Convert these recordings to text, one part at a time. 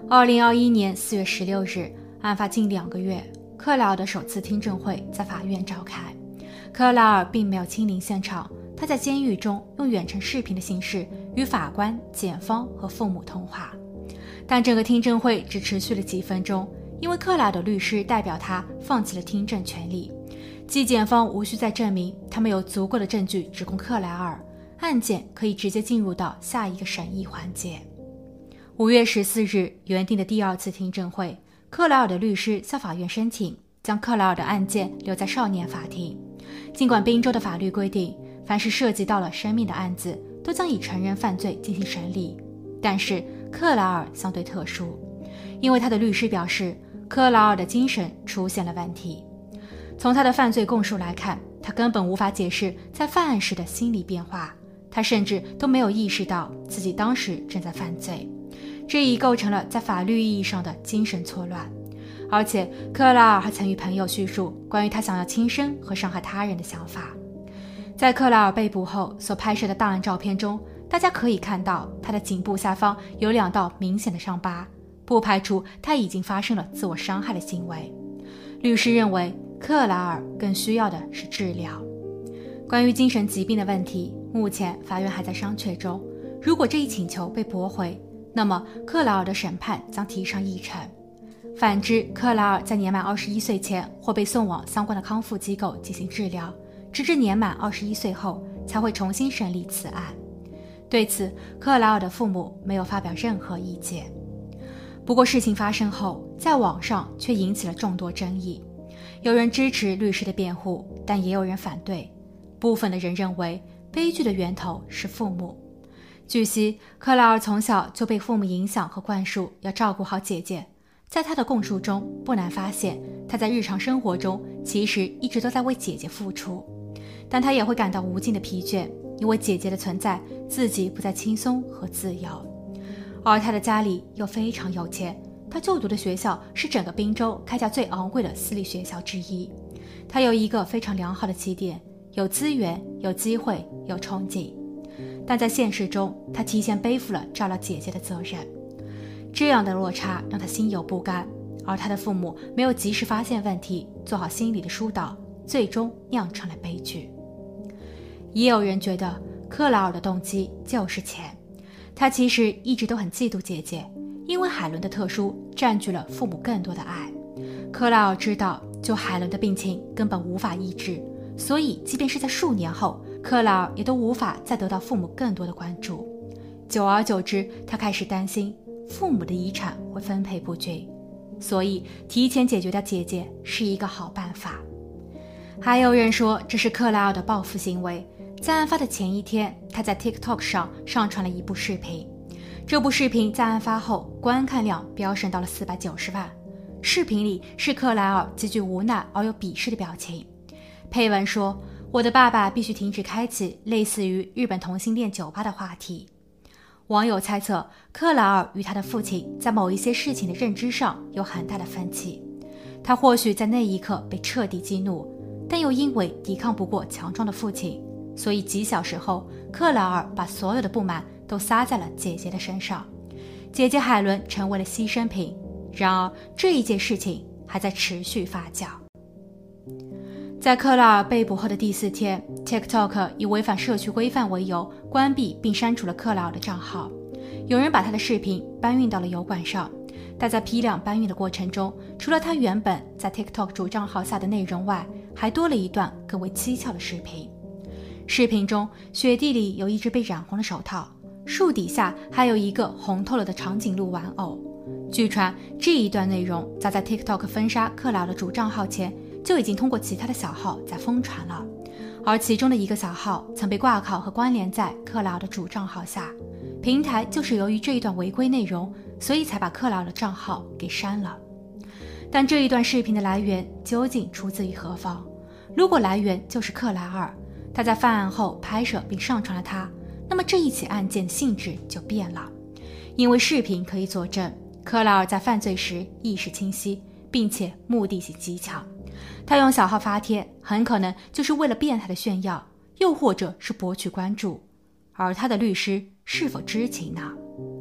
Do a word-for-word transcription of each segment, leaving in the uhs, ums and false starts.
二零二一年四月十六日，案发近两个月，克莱尔的首次听证会在法院召开。克莱尔并没有亲临现场，他在监狱中用远程视频的形式与法官、检方和父母通话。但整个听证会只持续了几分钟，因为克莱尔的律师代表他放弃了听证权利，即检方无需再证明他们有足够的证据指控克莱尔，案件可以直接进入到下一个审议环节。五月十四日原定的第二次听证会，克莱尔的律师向法院申请将克莱尔的案件留在少年法庭。尽管宾州的法律规定，凡是涉及到了生命的案子都将以成人犯罪进行审理，但是克莱尔相对特殊，因为他的律师表示克莱尔的精神出现了问题。从他的犯罪供述来看，他根本无法解释在犯案时的心理变化，他甚至都没有意识到自己当时正在犯罪，这已构成了在法律意义上的精神错乱。而且克莱尔还曾与朋友叙述关于他想要轻生和伤害他人的想法。在克莱尔被捕后所拍摄的档案照片中，大家可以看到他的颈部下方有两道明显的伤疤，不排除他已经发生了自我伤害的行为。律师认为克莱尔更需要的是治疗。关于精神疾病的问题，目前法院还在商榷中，如果这一请求被驳回，那么克莱尔的审判将提上议程。反之，克莱尔在年满二十一岁前或被送往相关的康复机构进行治疗，直至年满二十一岁后才会重新审理此案。对此，克莱尔的父母没有发表任何意见。不过事情发生后，在网上却引起了众多争议，有人支持律师的辩护，但也有人反对。部分的人认为悲剧的源头是父母。据悉，克莱尔从小就被父母影响和灌输要照顾好姐姐，在他的供述中不难发现，他在日常生活中其实一直都在为姐姐付出，但他也会感到无尽的疲倦，因为姐姐的存在自己不再轻松和自由。而他的家里又非常有钱，他就读的学校是整个宾州开价最昂贵的私立学校之一，他有一个非常良好的起点，有资源，有机会，有憧憬。但在现实中，他提前背负了照料姐姐的责任，这样的落差让他心有不甘，而他的父母没有及时发现问题，做好心理的疏导，最终酿成了悲剧。也有人觉得克莱尔的动机就是钱，他其实一直都很嫉妒姐姐，因为海伦的特殊占据了父母更多的爱。克莱尔知道就海伦的病情根本无法医治，所以即便是在数年后，克莱尔也都无法再得到父母更多的关注。久而久之，他开始担心父母的遗产会分配不均，所以提前解决掉姐姐是一个好办法。还有人说这是克莱尔的报复行为，在案发的前一天，他在 TikTok 上上传了一部视频，这部视频在案发后观看量飙升到了四百九十万。视频里是克莱尔极具无奈而又鄙视的表情，配文说：我的爸爸必须停止开启类似于日本同性恋酒吧的话题。网友猜测克莱尔与他的父亲在某一些事情的认知上有很大的分歧，他或许在那一刻被彻底激怒，但又因为抵抗不过强壮的父亲，所以几小时后克莱尔把所有的不满都撒在了姐姐的身上，姐姐海伦成为了牺牲品。然而这一件事情还在持续发酵。在克莱尔被捕后的第四天， TikTok 以违反社区规范为由关闭并删除了克莱尔的账号。有人把他的视频搬运到了油管上，但在批量搬运的过程中，除了他原本在 TikTok 主账号下的内容外，还多了一段更为蹊跷的视频。视频中，雪地里有一只被染红的手套，树底下还有一个红透了的长颈鹿玩偶。据传这一段内容早在 TikTok 封杀克莱尔的主账号前就已经通过其他的小号在疯传了，而其中的一个小号曾被挂靠和关联在克莱尔的主账号下，平台就是由于这一段违规内容，所以才把克莱尔的账号给删了。但这一段视频的来源究竟出自于何方？如果来源就是克莱尔，他在犯案后拍摄并上传了它，那么这一起案件的性质就变了，因为视频可以佐证克莱尔在犯罪时意识清晰，并且目的性极强。他用小号发帖很可能就是为了变态的炫耀，又或者是博取关注，而他的律师是否知情呢？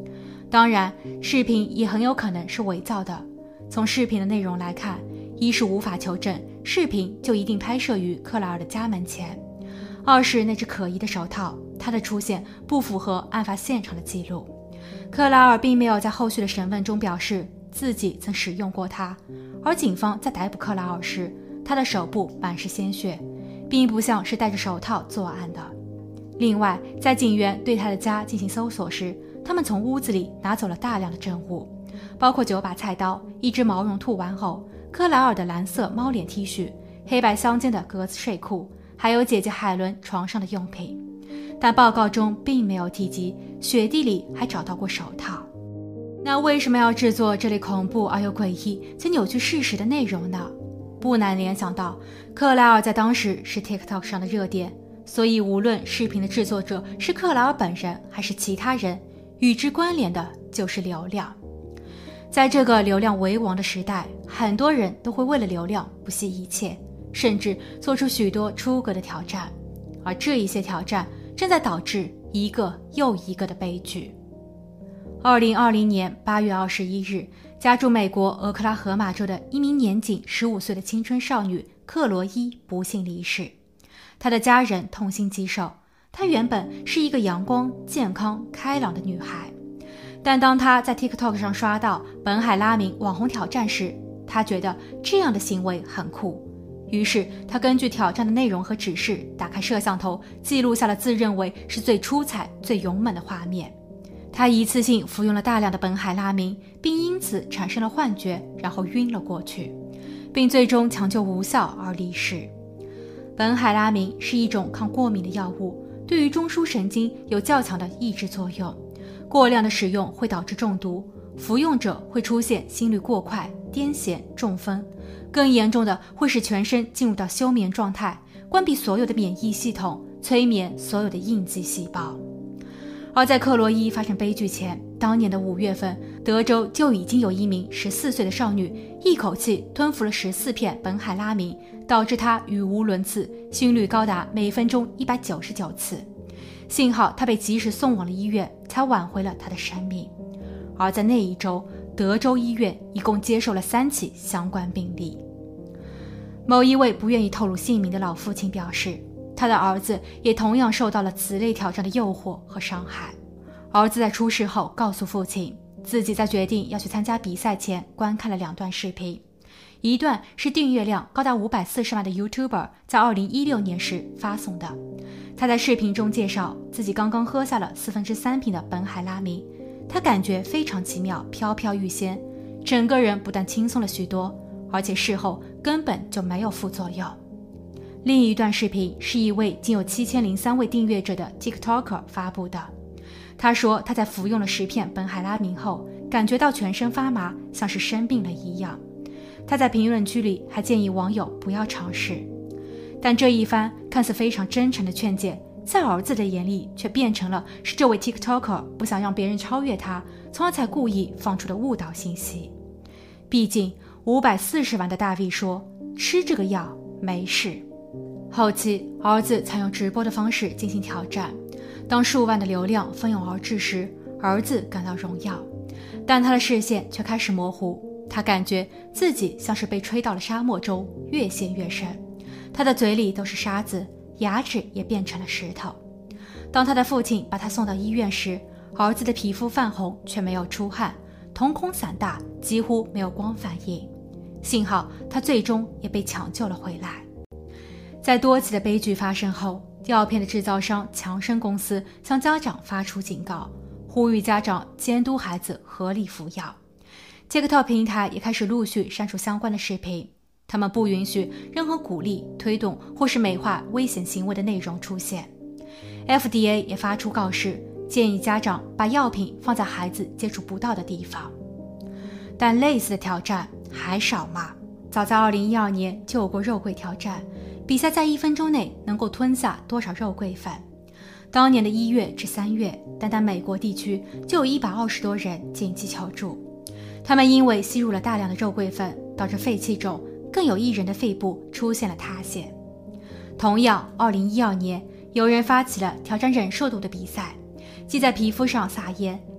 当然，视频也很有可能是伪造的。从视频的内容来看，一是无法求证视频就一定拍摄于克莱尔的家门前，二是那只可疑的手套，它的出现不符合案发现场的记录。克莱尔并没有在后续的审问中表示自己曾使用过它，而警方在逮捕克莱尔时，他的手部满是鲜血，并不像是戴着手套作案的。另外，在警员对他的家进行搜索时，他们从屋子里拿走了大量的证物，包括九把菜刀、一只毛绒兔玩偶、克莱尔的蓝色猫脸 T 恤、黑白相间的格子睡裤，还有姐姐海伦床上的用品。但报告中并没有提及雪地里还找到过手套。那为什么要制作这类恐怖而又诡异且扭曲事实的内容呢？不难联想到，克莱尔在当时是 TikTok 上的热点，所以无论视频的制作者是克莱尔本人还是其他人，与之关联的就是流量。在这个流量为王的时代，很多人都会为了流量不惜一切，甚至做出许多出格的挑战，而这一些挑战正在导致一个又一个的悲剧。二零二零年八月二十一日，家住美国俄克拉荷马州的一名年仅十五岁的青春少女克罗伊不幸离世，她的家人痛心疾首。她原本是一个阳光、健康、开朗的女孩，但当她在 TikTok 上刷到本海拉明网红挑战时，她觉得这样的行为很酷，于是她根据挑战的内容和指示，打开摄像头，记录下了自认为是最出彩、最勇猛的画面。他一次性服用了大量的苯海拉明，并因此产生了幻觉，然后晕了过去，并最终抢救无效而离世。苯海拉明是一种抗过敏的药物，对于中枢神经有较强的抑制作用，过量的使用会导致中毒，服用者会出现心率过快、癫痫、中风，更严重的会使全身进入到休眠状态，关闭所有的免疫系统，催眠所有的应激细胞。而在克罗伊发生悲剧前，当年的五月份，德州就已经有一名十四岁的少女一口气吞服了十四片苯海拉明，导致她语无伦次，心率高达每分钟一百九十九次。幸好她被及时送往了医院，才挽回了她的生命。而在那一周，德州医院一共接受了三起相关病例。某一位不愿意透露姓名的老父亲表示，他的儿子也同样受到了此类挑战的诱惑和伤害。儿子在出事后告诉父亲，自己在决定要去参加比赛前观看了两段视频，一段是订阅量高达五百四十万的 YouTuber 在二零一六年时发送的。他在视频中介绍自己刚刚喝下了四分之三瓶的苯海拉明，他感觉非常奇妙，飘飘欲仙，整个人不但轻松了许多，而且事后根本就没有副作用。另一段视频是一位仅有七千零三位订阅者的 TikToker 发布的。他说他在服用了十片苯海拉明后，感觉到全身发麻，像是生病了一样。他在评论区里还建议网友不要尝试。但这一番看似非常真诚的劝解，在儿子的眼里却变成了是这位 TikToker 不想让别人超越他，从而才故意放出的误导信息。毕竟五百四十万的大 V 说吃这个药没事。后期儿子采用直播的方式进行挑战，当数万的流量蜂拥而至时，儿子感到荣耀，但他的视线却开始模糊，他感觉自己像是被吹到了沙漠中，越陷越深，他的嘴里都是沙子，牙齿也变成了石头。当他的父亲把他送到医院时，儿子的皮肤泛红却没有出汗，瞳孔散大，几乎没有光反应，幸好他最终也被抢救了回来。在多起的悲剧发生后，药片的制造商强生公司向家长发出警告，呼吁家长监督孩子合理服药。TikTok 平台也开始陆续删除相关的视频，他们不允许任何鼓励、推动或是美化危险行为的内容出现。F D A 也发出告示，建议家长把药品放在孩子接触不到的地方。但类似的挑战还少吗？早在二零一二年就有过肉桂挑战，比赛在一分钟内能够吞下多少肉桂粉。当年的一月至三月，单单美国地区就有一百二十多人紧急求助，他们因为吸入了大量的肉桂粉，导致肺气肿，更有一人的肺部出现了塌陷。同样二零一二年，有人发起了挑战忍受度的比赛，即在皮肤上撒盐，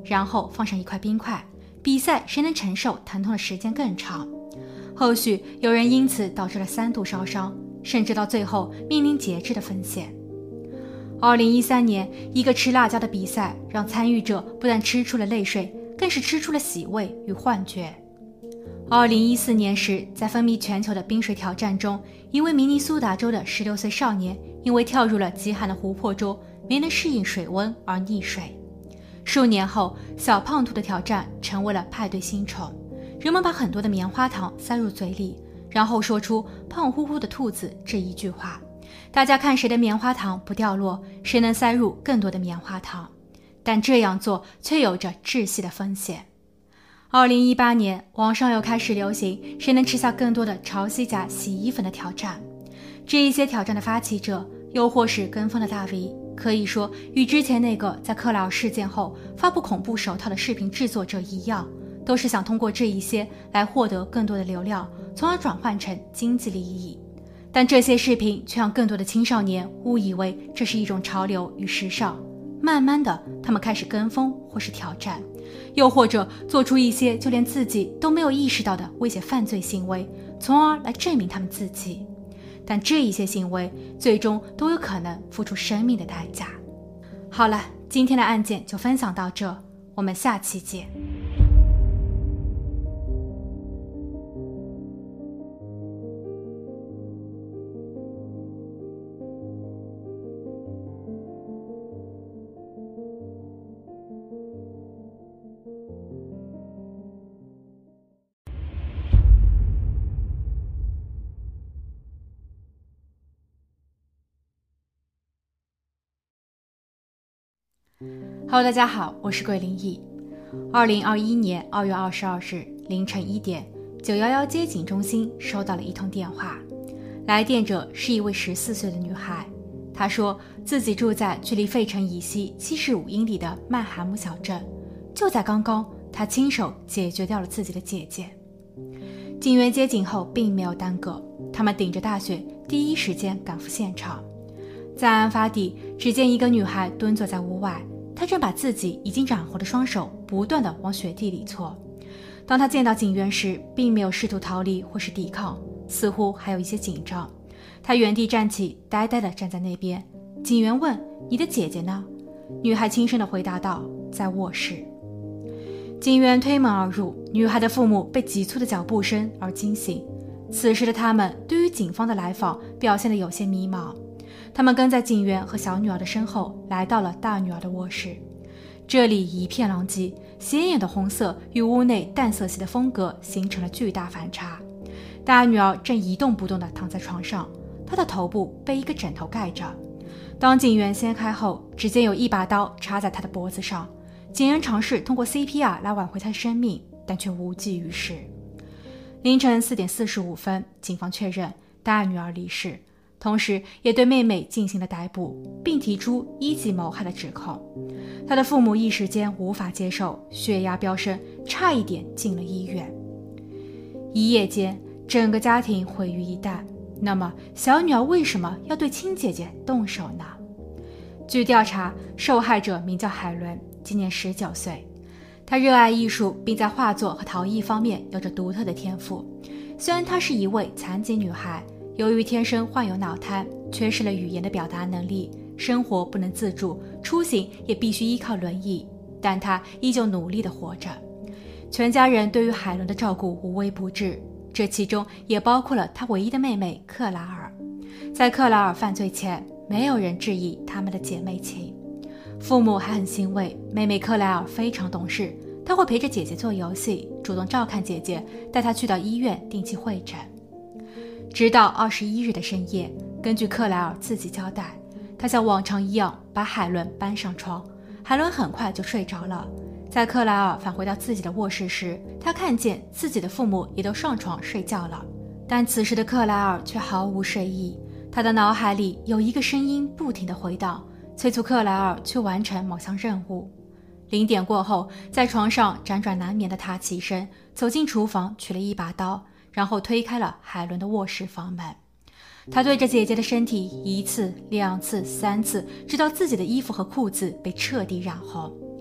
然后放上一块冰块，比赛谁能承受疼痛的时间更长。后续有人因此导致了三度烧伤，甚至到最后面临截肢的风险。二零一三年，一个吃辣椒的比赛让参与者不但吃出了泪水，更是吃出了喜味与幻觉。二零一四年时，在风靡全球的冰水挑战中，一位明尼苏达州的十六岁少年因为跳入了极寒的湖泊中，没能适应水温而溺水。数年后，小胖兔的挑战成为了派对新宠，人们把很多的棉花糖塞入嘴里，然后说出胖乎乎的兔子这一句话，大家看谁的棉花糖不掉落，谁能塞入更多的棉花糖。但这样做却有着窒息的风险。二零一八年，网上又开始流行谁能吃下更多的潮汐钾洗衣粉的挑战。这一些挑战的发起者，又或是跟风的大 V， 可以说与之前那个在克劳尔事件后发布恐怖手套的视频制作者一样，都是想通过这一些来获得更多的流量，从而转换成经济利益。但这些视频却让更多的青少年误以为这是一种潮流与时尚，慢慢的他们开始跟风或是挑战，又或者做出一些就连自己都没有意识到的危险犯罪行为，从而来证明他们自己。但这一些行为最终都有可能付出生命的代价。好了，今天的案件就分享到这，我们下期见。Hello， 大家好，我是桂林逸。二零二一年二月二十二日凌晨一点，九一一接警中心收到了一通电话，来电者是一位十四岁的女孩。她说自己住在距离费城以西七十五英里的曼海姆小镇，就在刚刚，她亲手解决掉了自己的姐姐。警员接警后并没有耽搁，他们顶着大雪，第一时间赶赴现场。在案发地，只见一个女孩蹲坐在屋外，她正把自己已经染红的双手不断地往雪地里搓。当她见到警员时，并没有试图逃离或是抵抗，似乎还有一些紧张。她原地站起，呆呆地站在那边。警员问：“你的姐姐呢？”女孩轻声地回答道：“在卧室。”警员推门而入，女孩的父母被急促的脚步声而惊醒。此时的他们对于警方的来访表现得有些迷茫。他们跟在警员和小女儿的身后，来到了大女儿的卧室。这里一片狼藉，显眼的红色与屋内淡色系的风格形成了巨大反差。大女儿正一动不动地躺在床上，她的头部被一个枕头盖着。当警员掀开后，只见有一把刀插在她的脖子上。警员尝试通过 C P R 来挽回她的生命，但却无济于事。凌晨四点四十五分，警方确认大女儿离世，同时也对妹妹进行了逮捕，并提出一级谋害的指控。她的父母一时间无法接受，血压飙升，差一点进了医院。一夜间，整个家庭毁于一旦。那么，小女儿为什么要对亲姐姐动手呢？据调查，受害者名叫海伦，今年十九岁。她热爱艺术，并在画作和陶艺方面有着独特的天赋。虽然她是一位残疾女孩，由于天生患有脑瘫，缺失了语言的表达能力，生活不能自主，出行也必须依靠轮椅，但她依旧努力地活着。全家人对于海伦的照顾无微不至，这其中也包括了她唯一的妹妹克拉尔。在克拉尔犯罪前，没有人质疑他们的姐妹情。父母还很欣慰，妹妹克莱尔非常懂事，她会陪着姐姐做游戏，主动照看姐姐，带她去到医院定期会诊。直到二十一日的深夜，根据克莱尔自己交代，她像往常一样把海伦搬上床，海伦很快就睡着了。在克莱尔返回到自己的卧室时，他看见自己的父母也都上床睡觉了，但此时的克莱尔却毫无睡意，他的脑海里有一个声音不停地回荡，催促克莱尔去完成某项任务。零点过后，在床上辗转难眠的他起身，走进厨房取了一把刀，然后推开了海伦的卧室房门。他对着姐姐的身体一次、两次、三次，直到自己的衣服和裤子被彻底染红。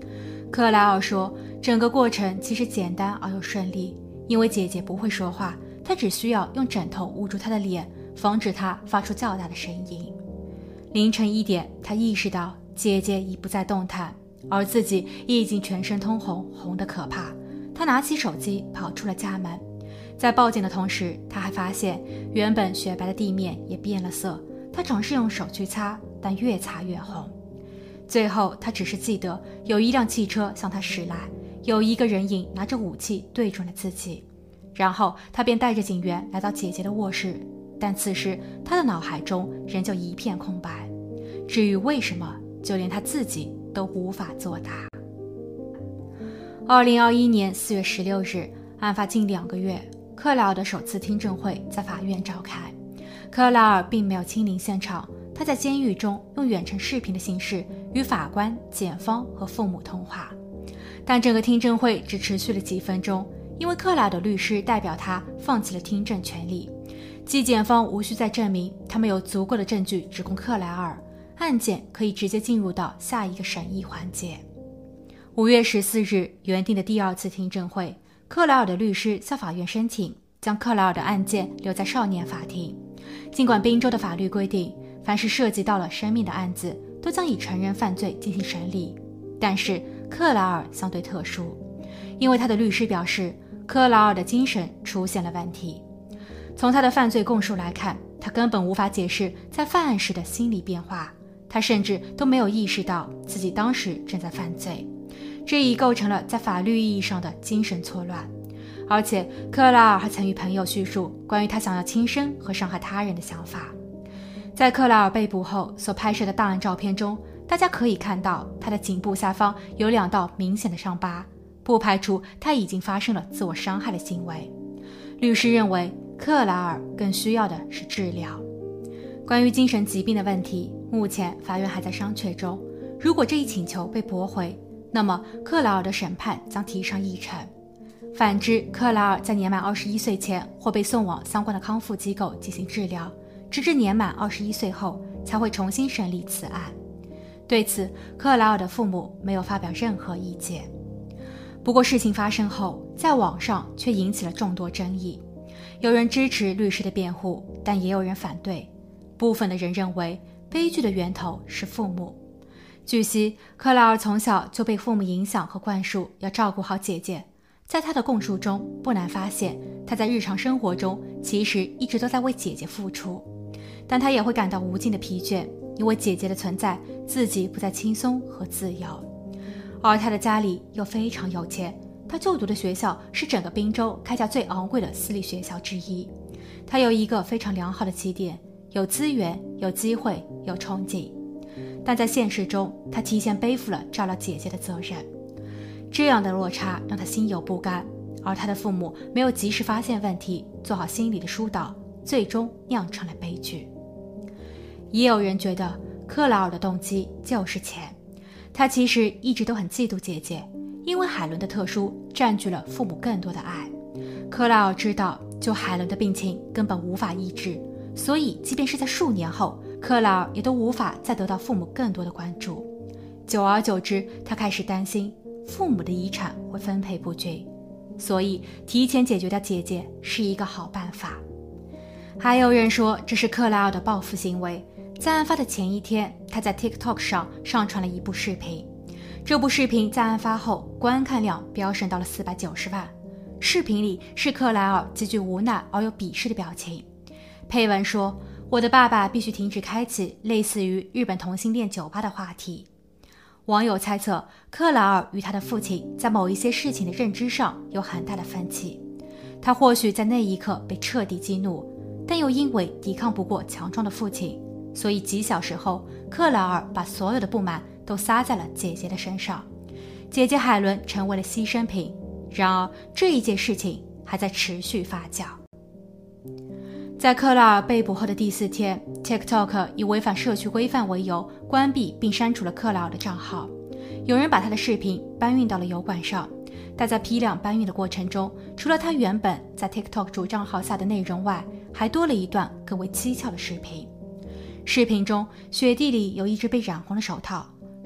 克莱尔说，整个过程其实简单而又顺利，因为姐姐不会说话，她只需要用枕头捂住她的脸，防止她发出较大的声音。凌晨一点，她意识到姐姐已不再动弹，而自己也已经全身通红，红得可怕。她拿起手机跑出了家门，在报警的同时，她还发现原本雪白的地面也变了色。她尝试用手去擦，但越擦越红。最后她只是记得有一辆汽车向她驶来，有一个人影拿着武器对准了自己。然后她便带着警员来到姐姐的卧室，但此时她的脑海中仍旧一片空白，至于为什么，就连她自己都无法作答。二零二一年四月十六日，案发近两个月，克莱尔的首次听证会在法院召开。克莱尔并没有亲临现场，他在监狱中用远程视频的形式与法官、检方和父母通话。但整个听证会只持续了几分钟，因为克莱尔的律师代表他放弃了听证权利，即检方无需再证明他们有足够的证据指控克莱尔，案件可以直接进入到下一个审议环节。五月十四日，原定的第二次听证会，克莱尔的律师向法院申请将克莱尔的案件留在少年法庭。尽管宾州的法律规定，凡是涉及到了生命的案子都将以成人犯罪进行审理，但是克莱尔相对特殊，因为他的律师表示克莱尔的精神出现了问题。从他的犯罪供述来看，他根本无法解释在犯案时的心理变化，他甚至都没有意识到自己当时正在犯罪，这已构成了在法律意义上的精神错乱。而且克莱尔还曾与朋友叙述关于他想要轻生和伤害他人的想法。在克莱尔被捕后所拍摄的档案照片中，大家可以看到他的颈部下方有两道明显的伤疤，不排除他已经发生了自我伤害的行为。律师认为克莱尔更需要的是治疗。关于精神疾病的问题，目前法院还在商榷中，如果这一请求被驳回，那么克莱尔的审判将提上议程。反之，克莱尔在年满二十一岁前或被送往相关的康复机构进行治疗，直至年满二十一岁后才会重新审理此案。对此，克莱尔的父母没有发表任何意见。不过事情发生后，在网上却引起了众多争议，有人支持律师的辩护，但也有人反对。部分的人认为悲剧的源头是父母。据悉，克莱尔从小就被父母影响和灌输要照顾好姐姐。在他的供述中，不难发现他在日常生活中其实一直都在为姐姐付出，但他也会感到无尽的疲倦，因为姐姐的存在，自己不再轻松和自由。而他的家里又非常有钱，他就读的学校是整个宾州开价最昂贵的私立学校之一。他有一个非常良好的起点，有资源，有机会，有憧憬。但在现实中，他提前背负了照料姐姐的责任。这样的落差让他心有不甘，而他的父母没有及时发现问题，做好心理的疏导，最终酿成了悲剧。也有人觉得克莱尔的动机就是钱，他其实一直都很嫉妒姐姐，因为海伦的特殊占据了父母更多的爱。克莱尔知道就海伦的病情根本无法医治，所以即便是在数年后，克莱尔也都无法再得到父母更多的关注。久而久之，他开始担心父母的遗产会分配不均，所以提前解决掉姐姐是一个好办法。还有人说这是克莱尔的报复行为，在案发的前一天，他在 TikTok 上上传了一部视频，这部视频在案发后观看量飙升到了四百九十万。视频里是克莱尔极具无奈而又鄙视的表情，配文说：我的爸爸必须停止开启类似于日本同性恋酒吧的话题。网友猜测克莱尔与他的父亲在某一些事情的认知上有很大的分歧，他或许在那一刻被彻底激怒，但又因为抵抗不过强壮的父亲，所以几小时后克莱尔把所有的不满都撒在了姐姐的身上，姐姐海伦成为了牺牲品。然而这一件事情还在持续发酵。在克莱尔被捕后的第四天， TikTok 以违反社区规范为由关闭并删除了克莱尔的账号。有人把他的视频搬运到了油管上，但在批量搬运的过程中，除了他原本在 TikTok 主账号下的内容外，还多了一段更为蹊跷的视频。视频中，雪地里有一只被染红的手套，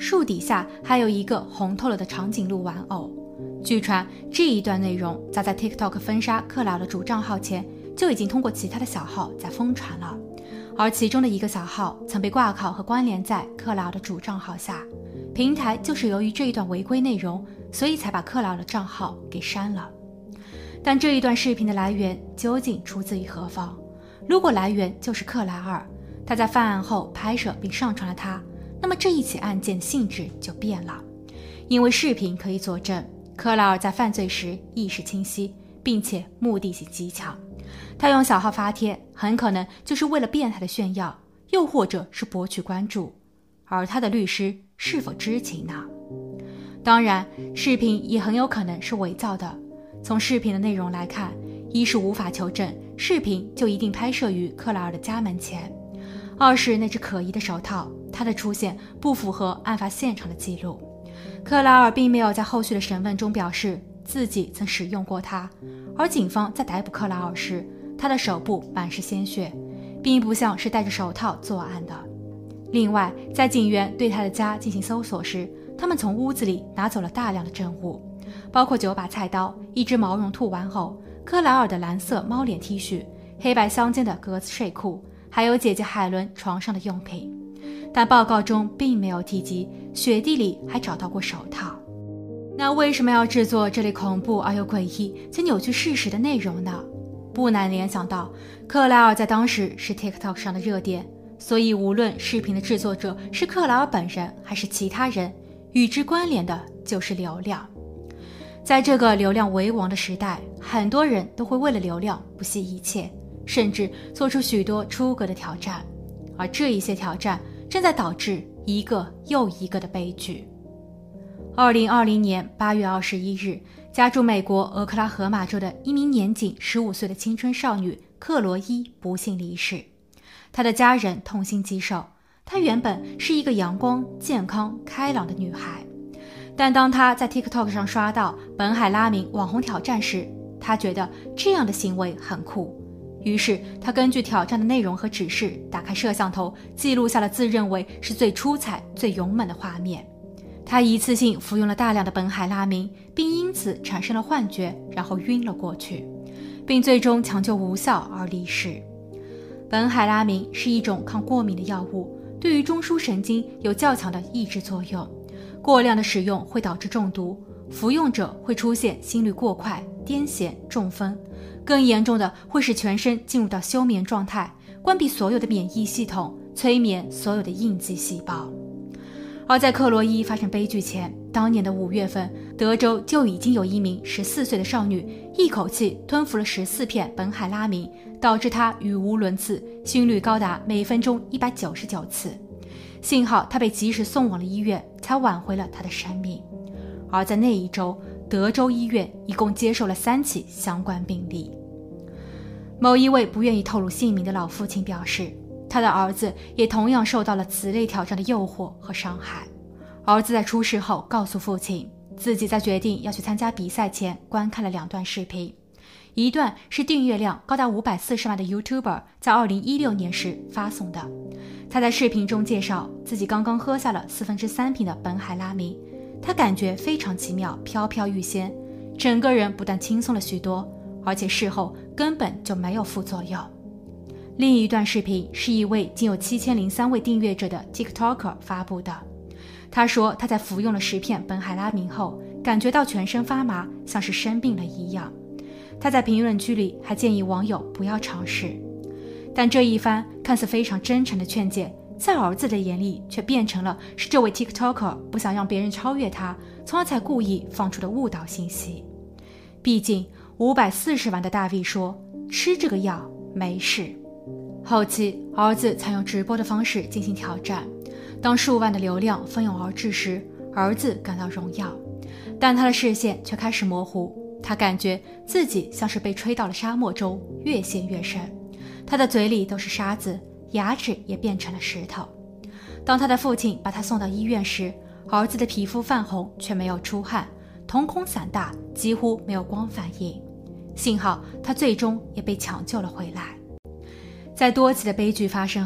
树底下还有一个红透了的长颈鹿玩偶。据传这一段内容早在 TikTok 封杀克劳的主账号前就已经通过其他的小号在疯传了，而其中的一个小号曾被挂靠和关联在克劳的主账号下，平台就是由于这一段违规内容，所以才把克劳的账号给删了。但这一段视频的来源究竟出自于何方？如果来源就是克莱尔，他在犯案后拍摄并上传了它，那么这一起案件的性质就变了。因为视频可以佐证克莱尔在犯罪时意识清晰，并且目的性极强，他用小号发帖很可能就是为了变态的炫耀，又或者是博取关注，而他的律师是否知情呢？当然视频也很有可能是伪造的，从视频的内容来看，一是无法求证视频就一定拍摄于克莱尔的家门前，二是那只可疑的手套，它的出现不符合案发现场的记录。克莱尔并没有在后续的审问中表示自己曾使用过它，而警方在逮捕克莱尔时，他的手部满是鲜血，并不像是戴着手套作案的。另外，在警员对他的家进行搜索时，他们从屋子里拿走了大量的证物，包括九把菜刀、一只毛绒兔玩偶、克莱尔的蓝色猫脸 T 恤、黑白相间的格子睡裤，还有姐姐海伦床上的用品。但报告中并没有提及雪地里还找到过手套。那为什么要制作这类恐怖而又诡异且扭曲事实的内容呢？不难联想到，克莱尔在当时是 TikTok 上的热点，所以无论视频的制作者是克莱尔本人还是其他人，与之关联的就是流量。在这个流量为王的时代，很多人都会为了流量不惜一切，甚至做出许多出格的挑战，而这一些挑战正在导致一个又一个的悲剧。二零二零年八月二十一日，家住美国俄克拉荷马州的一名年仅十五岁的青春少女克罗伊不幸离世，她的家人痛心疾首。她原本是一个阳光、健康、开朗的女孩，但当她在 TikTok 上刷到本海拉明网红挑战时，她觉得这样的行为很酷，于是她根据挑战的内容和指示，打开摄像头，记录下了自认为是最出彩、最勇猛的画面。他一次性服用了大量的苯海拉明，并因此产生了幻觉，然后晕了过去，并最终抢救无效而离世。苯海拉明是一种抗过敏的药物，对于中枢神经有较强的抑制作用，过量的使用会导致中毒，服用者会出现心率过快、癫痫、中风，更严重的会使全身进入到休眠状态，关闭所有的免疫系统，催眠所有的应激细胞。而在克罗伊发生悲剧前，当年的五月份，德州就已经有一名十四岁的少女一口气吞服了十四片苯海拉明，导致她语无伦次，心率高达每分钟一百九十九次。幸好她被及时送往了医院，才挽回了她的生命。而在那一周，德州医院一共接受了三起相关病例。某一位不愿意透露姓名的老父亲表示，他的儿子也同样受到了此类挑战的诱惑和伤害。儿子在出事后告诉父亲，自己在决定要去参加比赛前观看了两段视频，一段是订阅量高达五百四十万的 YouTuber 在二零一六年时发送的。他在视频中介绍自己刚刚喝下了四分之三瓶的苯海拉明，他感觉非常奇妙，飘飘欲仙，整个人不但轻松了许多，而且事后根本就没有副作用。另一段视频是一位仅有七千零三位订阅者的 TikToker 发布的。他说他在服用了十片苯海拉明后，感觉到全身发麻，像是生病了一样。他在评论区里还建议网友不要尝试。但这一番看似非常真诚的劝诫，在儿子的眼里却变成了是这位 TikToker 不想让别人超越他，从而才故意放出的误导信息。毕竟五百四十万的大 V 说吃这个药没事。后期儿子采用直播的方式进行挑战，当数万的流量蜂拥而至时，儿子感到荣耀，但他的视线却开始模糊，他感觉自己像是被吹到了沙漠中，越陷越深，他的嘴里都是沙子，牙齿也变成了石头。当他的父亲把他送到医院时，儿子的皮肤泛红却没有出汗，瞳孔散大，几乎没有光反应，幸好他最终也被抢救了回来。在多起的悲剧发生后，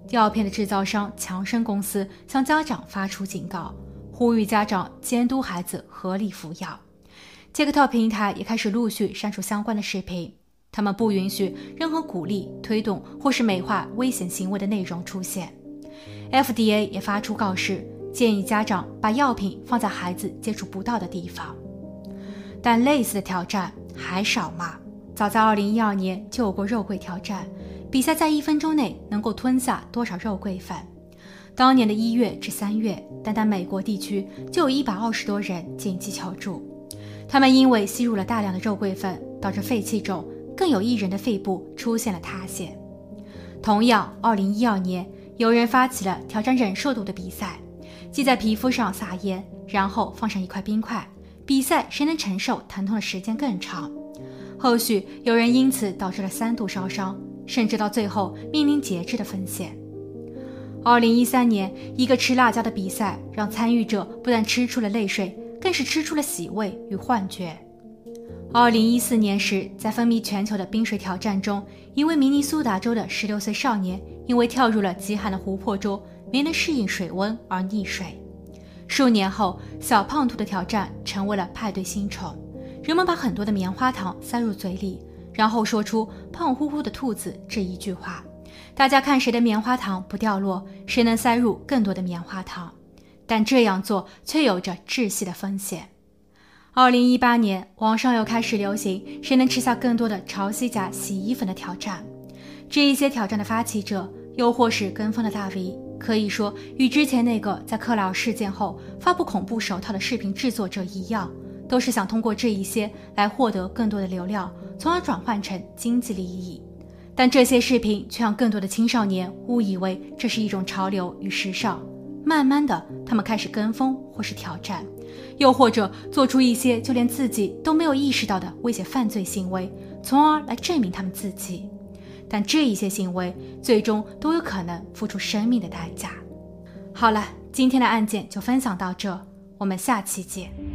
药片的制造商强生公司向家长发出警告，呼吁家长监督孩子合理服药。TikTok 平台也开始陆续删除相关的视频，他们不允许任何鼓励、推动或是美化危险行为的内容出现。F D A 也发出告示，建议家长把药品放在孩子接触不到的地方。但类似的挑战还少吗？早在二零一二年就有过肉桂挑战，比赛在一分钟内能够吞下多少肉桂粉。当年的一月至三月，单单美国地区就有一百二十多人紧急求助。他们因为吸入了大量的肉桂粉，导致肺气肿，更有一人的肺部出现了塌陷。同样二零一二年，有人发起了挑战忍受度的比赛，即在皮肤上撒盐，然后放上一块冰块，比赛谁能承受疼痛的时间更长。后续有人因此导致了三度烧伤，甚至到最后面临截肢的风险。二零一三年，一个吃辣椒的比赛让参与者不但吃出了泪水，更是吃出了喜味与幻觉。二零一四年时，在风靡全球的冰水挑战中，一位明尼苏达州的十六岁少年因为跳入了极寒的湖泊中，没能适应水温而溺水。数年后，小胖兔的挑战成为了派对新宠，人们把很多的棉花糖塞入嘴里，然后说出胖乎乎的兔子这一句话，大家看谁的棉花糖不掉落，谁能塞入更多的棉花糖。但这样做却有着窒息的风险。二零一八年，网上又开始流行谁能吃下更多的潮汐钾洗衣粉的挑战。这一些挑战的发起者，又或是跟风的大 V， 可以说与之前那个在克劳事件后发布恐怖手套的视频制作者一样，都是想通过这一些来获得更多的流量，从而转换成经济利益。但这些视频却让更多的青少年误以为这是一种潮流与时尚，慢慢的他们开始跟风或是挑战，又或者做出一些就连自己都没有意识到的危险犯罪行为，从而来证明他们自己。但这一些行为最终都有可能付出生命的代价。好了，今天的案件就分享到这，我们下期见。